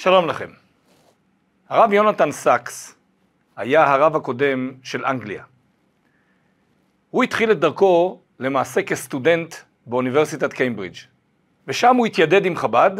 שלום לכם. הרב יונתן סאקס היה הרב הקודם של אנגליה. הוא התחיל את דרכו למעשה כסטודנט באוניברסיטת קיימברידג', ושם הוא התיידד עם חב"ד,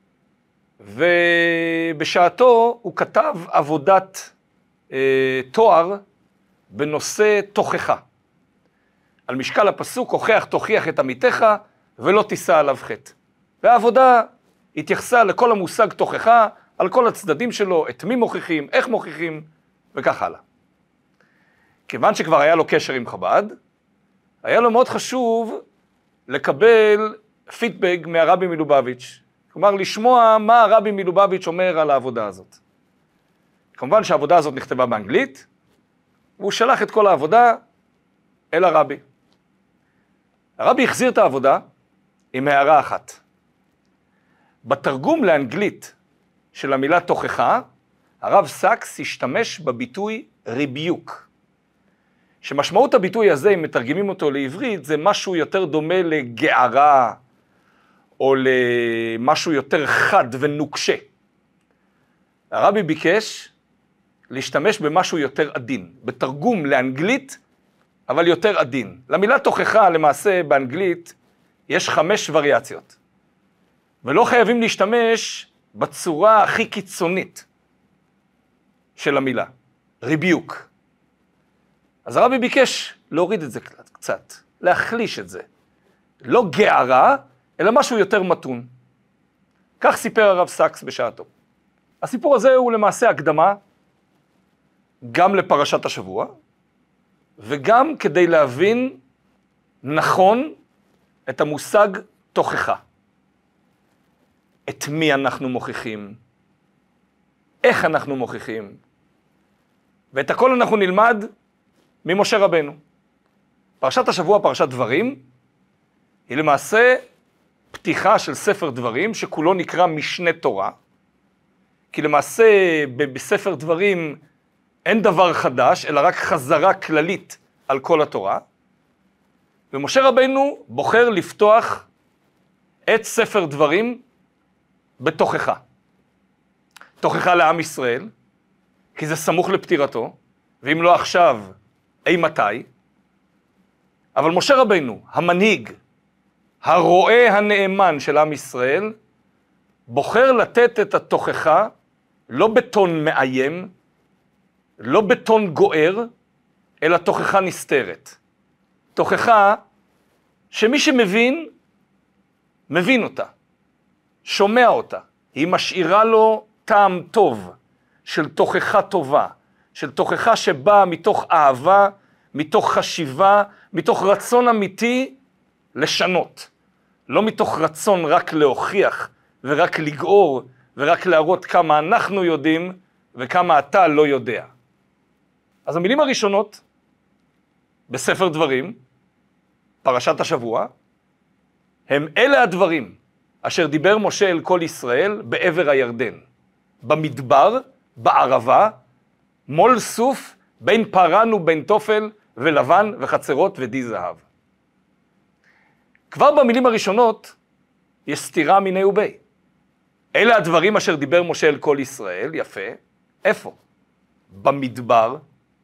ובשעתו הוא כתב עבודת תואר בנושא תוכחה. על משקל הפסוק, הוכח תוכיח את עמיתך ולא תישא עליו חטא. והעבודה התייחסה לכל המושג תוכחה, על כל הצדדים שלו, את מי מוכיחים, איך מוכיחים, וכך הלאה. כיוון שכבר היה לו קשר עם חב"ד, היה לו מאוד חשוב לקבל פידבק מהרבי מלובביץ', כלומר לשמוע מה הרבי מלובביץ' אומר על העבודה הזאת. כמובן שהעבודה הזאת נכתבה באנגלית, והוא שלח את כל העבודה אל הרבי. הרבי החזיר את העבודה עם הערה אחת. בתרגום לאנגלית של המילה תוכחה, הרב סאקס השתמש בביטוי ריביוק. שמשמעות הביטוי הזה, אם מתרגמים אותו לעברית, זה משהו יותר דומה לגערה, או למשהו יותר חד ונוקשה. הרבי ביקש להשתמש במשהו יותר עדין, בתרגום לאנגלית, אבל יותר עדין. למילה תוכחה, למעשה, באנגלית, יש 5 וריאציות. ולא חייבים להשתמש בצורה הכי קיצונית של המילה, ריביוק. אז הרבי ביקש להוריד את זה קצת, להחליש את זה. לא גערה, אלא משהו יותר מתון. כך סיפר הרב סאקס בשעתו. הסיפור הזה הוא למעשה הקדמה, גם לפרשת השבוע, וגם כדי להבין נכון את המושג תוכחה. את מי אנחנו מוכיחים, איך אנחנו מוכיחים, ואת הכל אנחנו נלמד ממשה רבנו. פרשת השבוע, פרשת דברים, היא למעשה פתיחה של ספר דברים, שכולו נקרא משנה תורה, כי למעשה בספר דברים אין דבר חדש, אלא רק חזרה כללית על כל התורה, ומשה רבנו בוחר לפתוח את ספר דברים בתוכחה. תוכחה לעם ישראל, כי זה סמוך לפטירתו, ואם לא עכשיו, אי מתי. אבל משה רבנו, המנהיג, הרועה הנאמן של עם ישראל, בוחר לתת את התוכחה, לא בטון מאיים, לא בטון גוער, אלא תוכחה נסתרת. תוכחה שמי שמבין, מבין אותה, שומע אותה. היא משאירה לו טעם טוב, של תוכחה טובה, של תוכחה שבאה מתוך אהבה, מתוך חשיבה, מתוך רצון אמיתי לשנות. לא מתוך רצון רק להוכיח ורק לגעור ורק להראות כמה אנחנו יודעים וכמה אתה לא יודע. אז המילים הראשונות בספר דברים, פרשת השבוע, הם אלה הדברים אשר דיבר משה אל כל ישראל בעבר הירדן, במדבר, בערבה, מול סוף, בין פרן ובין תופל ולבן וחצרות ודי זהב. כבר במילים הראשונות יש סתירה מיני ובי. אלה הדברים אשר דיבר משה אל כל ישראל, יפה. איפה? במדבר,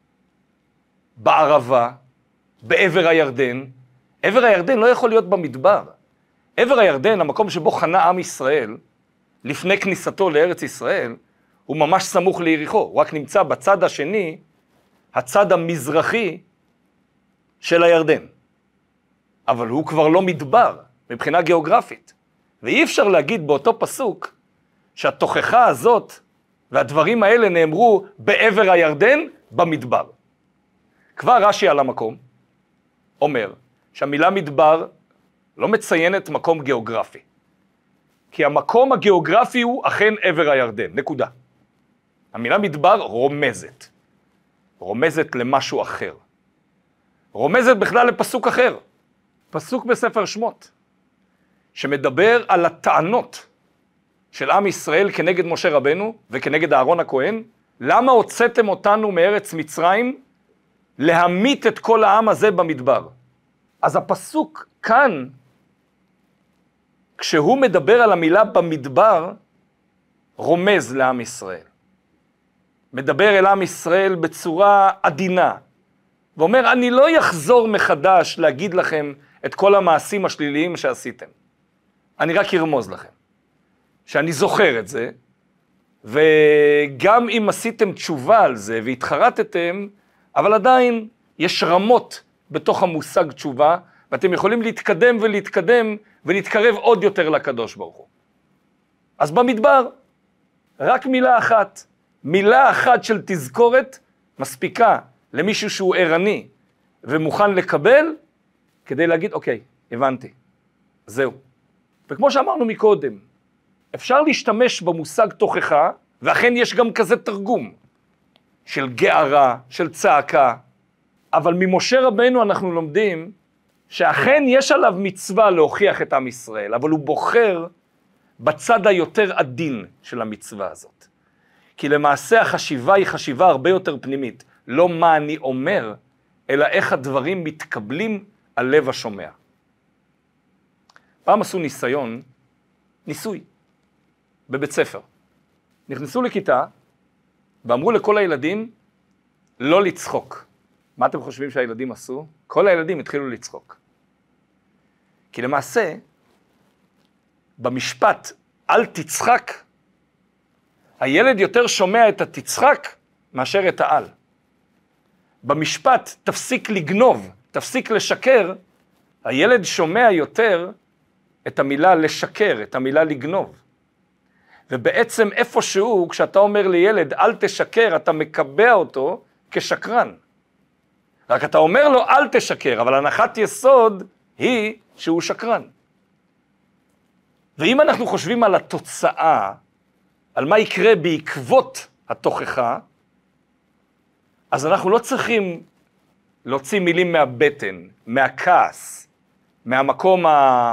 בערבה, בעבר הירדן. עבר הירדן לא יכול להיות במדבר. עבר הירדן, המקום שבו חנה עם ישראל, לפני כניסתו לארץ ישראל, הוא ממש סמוך ליריחו. הוא רק נמצא בצד השני, הצד המזרחי של הירדן. אבל הוא כבר לא מדבר, מבחינה גיאוגרפית. ואי אפשר להגיד באותו פסוק, שהתוכחה הזאת והדברים האלה נאמרו בעבר הירדן במדבר. כבר רש"י על המקום אומר שהמילה מדבר לא מציינת מקום גיאוגרפי. כי המקום הגיאוגרפי הוא אכן עבר הירדן, נקודה. המילה מדבר רומזת. רומזת למשהו אחר. רומזת בכלל לפסוק אחר. פסוק בספר שמות, שמדבר על הטענות של עם ישראל כנגד משה רבנו וכנגד אהרון הכהן. למה הוצאתם אותנו מארץ מצרים להמית את כל העם הזה במדבר? אז הפסוק כאן, כשהוא מדבר על המילה במדבר, רומז לעם ישראל. מדבר אל עם ישראל בצורה עדינה, ואומר, אני לא יחזור מחדש להגיד לכם את כל המעשים השליליים שעשיתם. אני רק ארמוז לכם, שאני זוכר את זה, וגם אם עשיתם תשובה על זה והתחרטתם, אבל עדיין יש רמות בתוך המושג תשובה, ואתם יכולים להתקדם ולהתקדם ולהתקרב עוד יותר לקדוש ברוך הוא. אז במדבר, רק מילה אחת של תזכורת מספיקה למישהו שהוא ערני ומוכן לקבל, כדי להגיד, אוקיי, הבנתי, זהו. וכמו שאמרנו מקודם, אפשר להשתמש במושג תוכחה, ואכן יש גם כזה תרגום של גערה, של צעקה, אבל ממשה רבנו אנחנו לומדים שאכן יש עליו מצווה להוכיח את עם ישראל, אבל הוא בוחר בצד היותר עדין של המצווה הזאת. כי למעשה החשיבה היא חשיבה הרבה יותר פנימית, לא מה אני אומר, אלא איך הדברים מתקבלים על לב השומע. פעם עשו ניסוי, בבית ספר. נכנסו לכיתה, ואמרו לכל הילדים, לא לצחוק. מה אתם חושבים שהילדים עשו? כל הילדים התחילו לצחוק. כי למעשה, במשפט, אל תצחק, הילד יותר שומע את התצחק, מאשר את העל. במשפט, תפסיק לגנוב, תפסיק לשקר, הילד שומע יותר את המילה לשקר, את המילה לגנוב. ובעצם איפשהו, כשאתה אומר לילד, אל תשקר, אתה מקבע אותו כשקרן. רק אתה אומר לו, אל תשקר, אבל הנחת יסוד היא שהוא שקרן. ואם אנחנו חושבים על התוצאה, על מה יקרה בעקבות התוכחה, אז אנחנו לא צריכים להוציא מילים מהבטן, מהכעס, מהמקום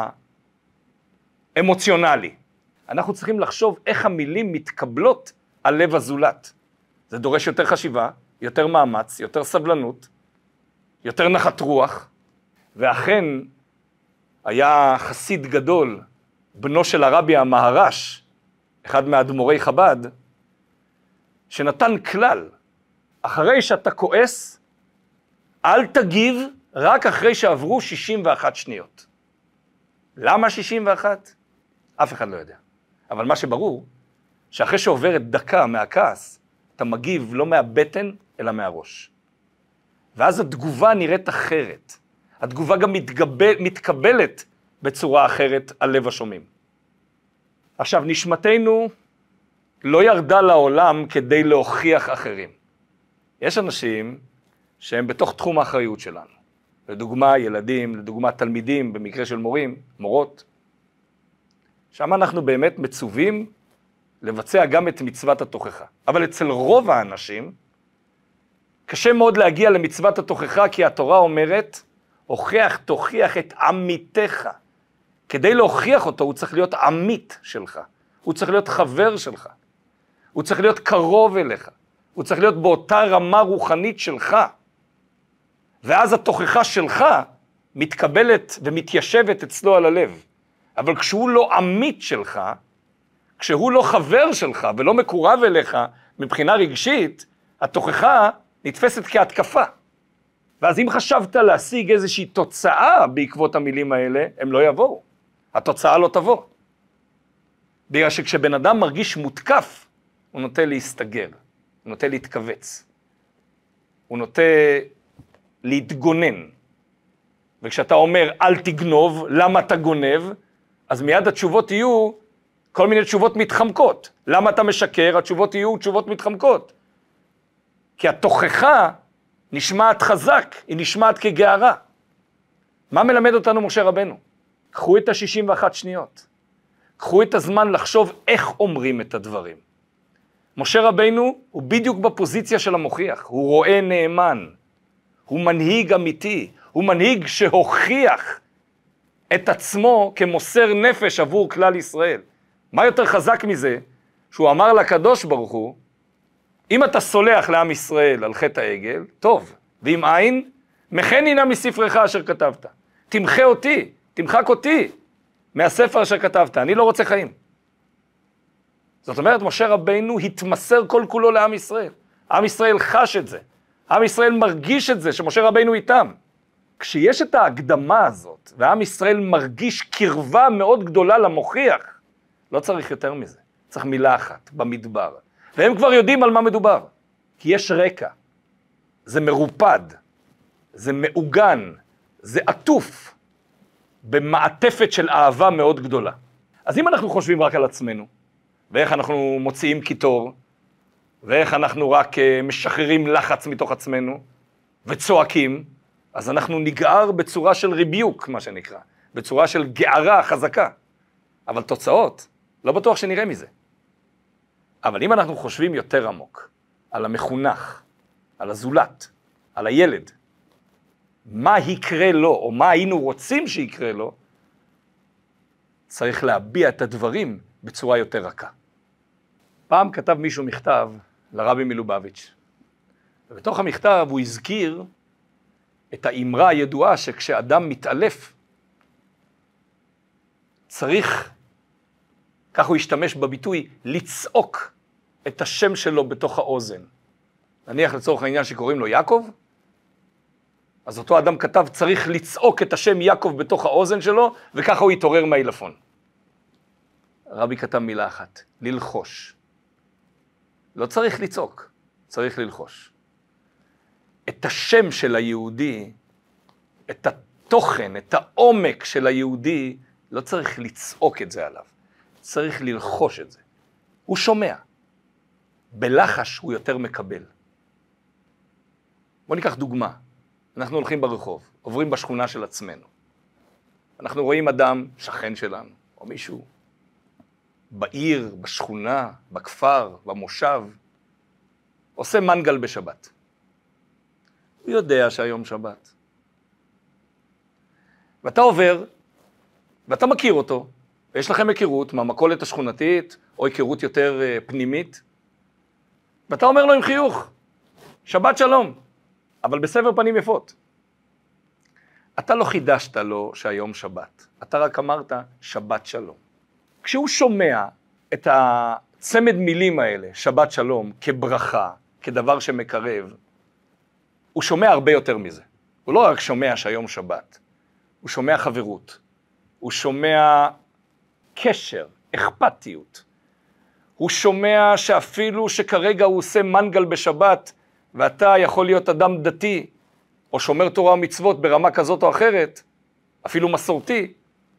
האמוציונלי. אנחנו צריכים לחשוב איך המילים מתקבלות על לב הזולת. זה דורש יותר חשיבה, יותר מאמץ, יותר סבלנות, יותר נחת רוח, ואכן היה חסיד גדול, בנו של הרבי המהר"ש, אחד מאדמו"רי חב"ד, שנתן כלל, אחרי שאתה כועס, אל תגיב רק אחרי שעברו 61 שניות. למה 61? אף אחד לא יודע. אבל מה שברור, שאחרי שעוברת דקה מהכעס, אתה מגיב לא מהבטן, אלא מהראש. ואז התגובה נראית אחרת. התגובה גם מתקבלת בצורה אחרת על לב השומעים. עכשיו, נשמתנו לא ירדה לעולם כדי להוכיח אחרים. יש אנשים שהם בתוך תחום האחריות שלנו. לדוגמה ילדים, לדוגמה תלמידים, במקרה של מורים, מורות. שם אנחנו באמת מצווים לבצע גם את מצוות התוכחה. אבל אצל רוב האנשים, קשה מאוד להגיע למצוות התוכחה, כי התורה אומרת, תוכיח את עמיתך. כדי להוכיח אותו, הוא צריך להיות עמית שלך. הוא צריך להיות חבר שלך. הוא צריך להיות קרוב אליך. הוא צריך להיות באותה רמה רוחנית שלך. ואז התוכחה שלך מתקבלת ומתיישבת אצלו על הלב. אבל כשהוא לא עמית שלך, כשהוא לא חבר שלך ולא מקורב אליך מבחינה רגשית, התוכחה נתפסת כהתקפה. ואז אם חשבת להשיג איזושהי תוצאה בעקבות המילים האלה, הם לא יבואו. התוצאה לא תבוא. בגלל שכשבן אדם מרגיש מותקף, הוא נוטה להסתגר, הוא נוטה להתכווץ, הוא נוטה להתגונן. וכשאתה אומר, אל תגנוב, למה אתה גונב? אז מיד התשובות יהיו כל מיני תשובות מתחמקות. למה אתה משקר? התשובות יהיו תשובות מתחמקות. כי התוכחה נשמעת חזק, היא נשמעת כגערה. מה מלמד אותנו משה רבנו? קחו את ה-61 שניות. קחו את הזמן לחשוב איך אומרים את הדברים. משה רבנו הוא בדיוק בפוזיציה של המוכיח. הוא רואה נאמן. הוא מנהיג אמיתי. הוא מנהיג שהוכיח את עצמו כמוסר נפש עבור כלל ישראל. מה יותר חזק מזה? שהוא אמר לקדוש ברוך הוא, אם אתה סולח לעם ישראל על חטא העגל, טוב, ואם אין, מחני נא מספרך אשר כתבת. תמחה אותי, תמחק אותי מהספר אשר כתבת, אני לא רוצה חיים. זאת אומרת, משה רבינו התמסר כל כולו לעם ישראל. עם ישראל חש את זה. עם ישראל מרגיש את זה, שמשה רבינו איתם. כשיש את ההקדמה הזאת, ועם ישראל מרגיש קרבה מאוד גדולה למוכיח, לא צריך יותר מזה. צריך מילה אחת, במדבר. והם כבר יודעים על מה מדובר. כי יש רקע. זה מרופד. זה מעוגן. זה עטוף. במעטפת של אהבה מאוד גדולה. אז אם אנחנו חושבים רק על עצמנו, ואיך אנחנו מוציאים קיטור, ואיך אנחנו רק משחררים לחץ מתוך עצמנו, וצועקים, אז אנחנו נגער בצורה של ריביוק, מה שנקרא, בצורה של גערה חזקה. אבל תוצאות, לא בטוח שנראה מזה. אבל אם אנחנו חושבים יותר עמוק, על המחונך, על הזולת, על הילד, מה יקרה לו, או מה היינו רוצים שיקרה לו, צריך להביע את הדברים בצורה יותר רכה. פעם כתב מישהו מכתב לרבי מלובביץ', ובתוך המכתב הוא הזכיר את האמרה הידועה שכשאדם מתעלף, צריך, כך הוא השתמש בביטוי, לצעוק את השם שלו בתוך האוזן. נניח לצורך העניין שקוראים לו יעקב, אז אותו אדם כתב, צריך לצעוק את השם יעקב בתוך האוזן שלו, וככה הוא יתעורר מהעילפון. רבי כתב מילה אחת, ללחוש. לא צריך לצעוק, צריך ללחוש. את השם של היהודי, את התוכן, את העומק של היהודי, לא צריך לצעוק את זה עליו. צריך ללחוש את זה. הוא שומע. בלחש הוא יותר מקבל. בוא ניקח דוגמה. אנחנו הולכים ברחוב, עוברים בשכונה של עצמנו. אנחנו רואים אדם, שכן שלנו, או מישהו, בעיר, בשכונה, בכפר, במושב, עושה מנגל בשבת. הוא יודע שהיום שבת. ואתה עובר, ואתה מכיר אותו, ויש לכם היכרות מהמכולת השכונתית, או היכרות יותר פנימית, ואתה אומר לו עם חיוך, שבת שלום, אבל בסבר פנים יפות. אתה לא חידשת לו שהיום שבת, אתה רק אמרת שבת שלום. כשהוא שומע את הצמד מילים האלה, שבת שלום, כברכה, כדבר שמקרב, הוא שומע הרבה יותר מזה. הוא לא רק שומע שהיום שבת, הוא שומע חברות, הוא שומע קשר, אכפתיות. הוא שומע שאפילו שכרגע הוא עושה מנגל בשבת, ואתה יכול להיות אדם דתי, או שומר תורה ומצוות ברמה כזאת או אחרת, אפילו מסורתי,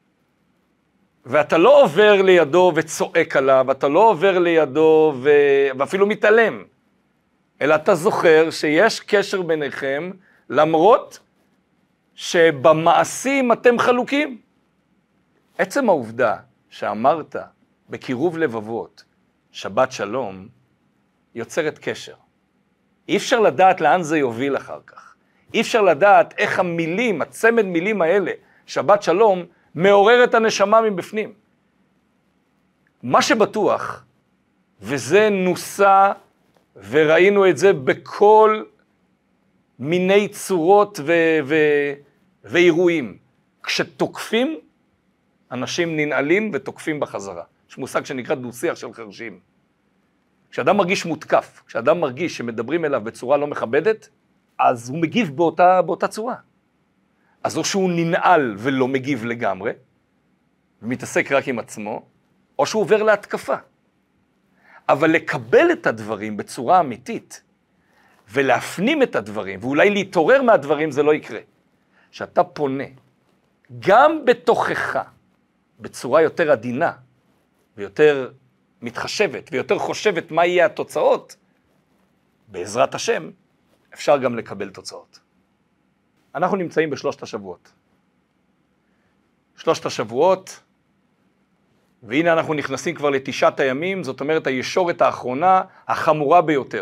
ואתה לא עובר לידו וצועק עליו, אתה לא עובר לידו ואפילו מתעלם, אלא אתה זוכר שיש קשר ביניכם, למרות שבמעשים אתם חלוקים. עצם העובדה שאמרת בקירוב לבבות, שבת שלום, יוצרת קשר. אי אפשר לדעת לאן זה יוביל אחר כך. אי אפשר לדעת איך המילים, הצמד מילים האלה, שבת שלום, מעורר את הנשמה מבפנים. מה שבטוח, וזה נוסע, וראינו את זה בכל מיני צורות ואירועים. כשתוקפים, אנשים ננעלים ותוקפים בחזרה. יש מושג שנקרא דו-שיח של חרשים. כשאדם מרגיש מותקף, כשאדם מרגיש שמדברים אליו בצורה לא מכבדת, אז הוא מגיב באותה צורה. אז או שהוא ננעל ולא מגיב לגמרי, ומתעסק רק עם עצמו, או שהוא עובר להתקפה. אבל לקבל את הדברים בצורה אמיתית, ולהפנים את הדברים, ואולי להתעורר מהדברים, זה לא יקרה. שאתה פונה, גם בתוכך, בצורה יותר עדינה, ויותר מתחשבת, ויותר חושבת מה יהיה התוצאות, בעזרת השם, אפשר גם לקבל תוצאות. אנחנו נמצאים בשלושת השבועות. שלושת השבועות, והנה אנחנו נכנסים כבר לתשעת הימים, זאת אומרת הישורת האחרונה, החמורה ביותר.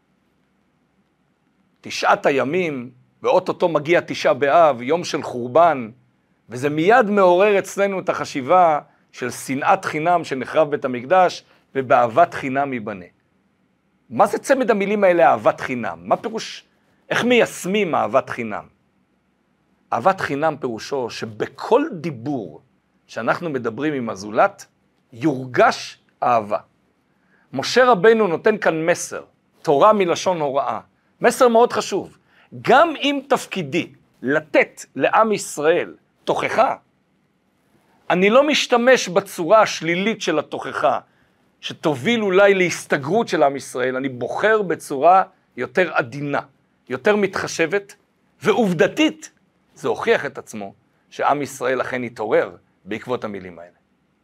תשעת הימים, ואו-טו-טו מגיע תשעה באב, יום של חורבן, וזה מיד מעורר אצלנו את החשיבה של שנאת חינם שנחרב בית המקדש, ובאהבת חינם ייבנה. מה זה צמד המילים האלה, אהבת חינם? מה פירוש, איך מיישמים אהבת חינם? אהבת חינם פירושו שבכל דיבור שאנחנו מדברים עם הזולת, יורגש אהבה. משה רבנו נותן כאן מסר, תורה מלשון הוראה, מסר מאוד חשוב. גם אם תפקידי לתת לעם ישראל תוכחה, אני לא משתמש בצורה השלילית של התוכחה, שתוביל אולי להסתגרות של עם ישראל, אני בוחר בצורה יותר עדינה, יותר מתחשבת, ועובדתית זה הוכיח את עצמו שעם ישראל אכן יתעורר בעקבות המילים האלה.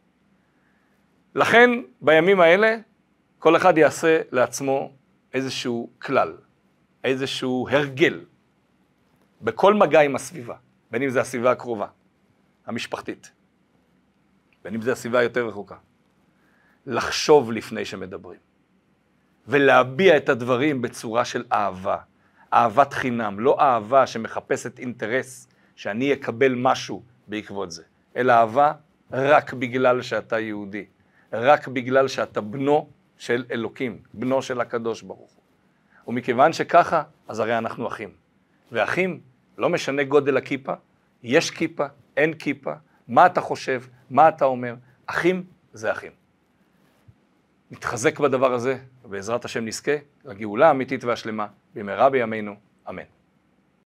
לכן בימים האלה כל אחד יעשה לעצמו איזשהו כלל, איזשהו הרגל, בכל מגע עם הסביבה, בין אם זה הסביבה הקרובה, המשפחתית, בין אם זה הסביבה היותר רחוקה. לחשוב לפני שמדברים, ולהביע את הדברים בצורה של אהבה, אהבת חינם, לא אהבה שמחפשת אינטרס שאני אקבל משהו בעקבות זה, אלא אהבה רק בגלל שאתה יהודי, רק בגלל שאתה בנו של אלוקים, בנו של הקדוש ברוך הוא. ומכיוון שככה, אז הרי אנחנו אחים. ואחים, לא משנה גודל הכיפה, יש כיפה, אין כיפה, מה אתה חושב, מה אתה אומר, אחים זה אחים. נתחזק בדבר הזה, ובעזרת השם נזכה לגאולה האמיתית והשלמה, במהרה בימינו, אמן.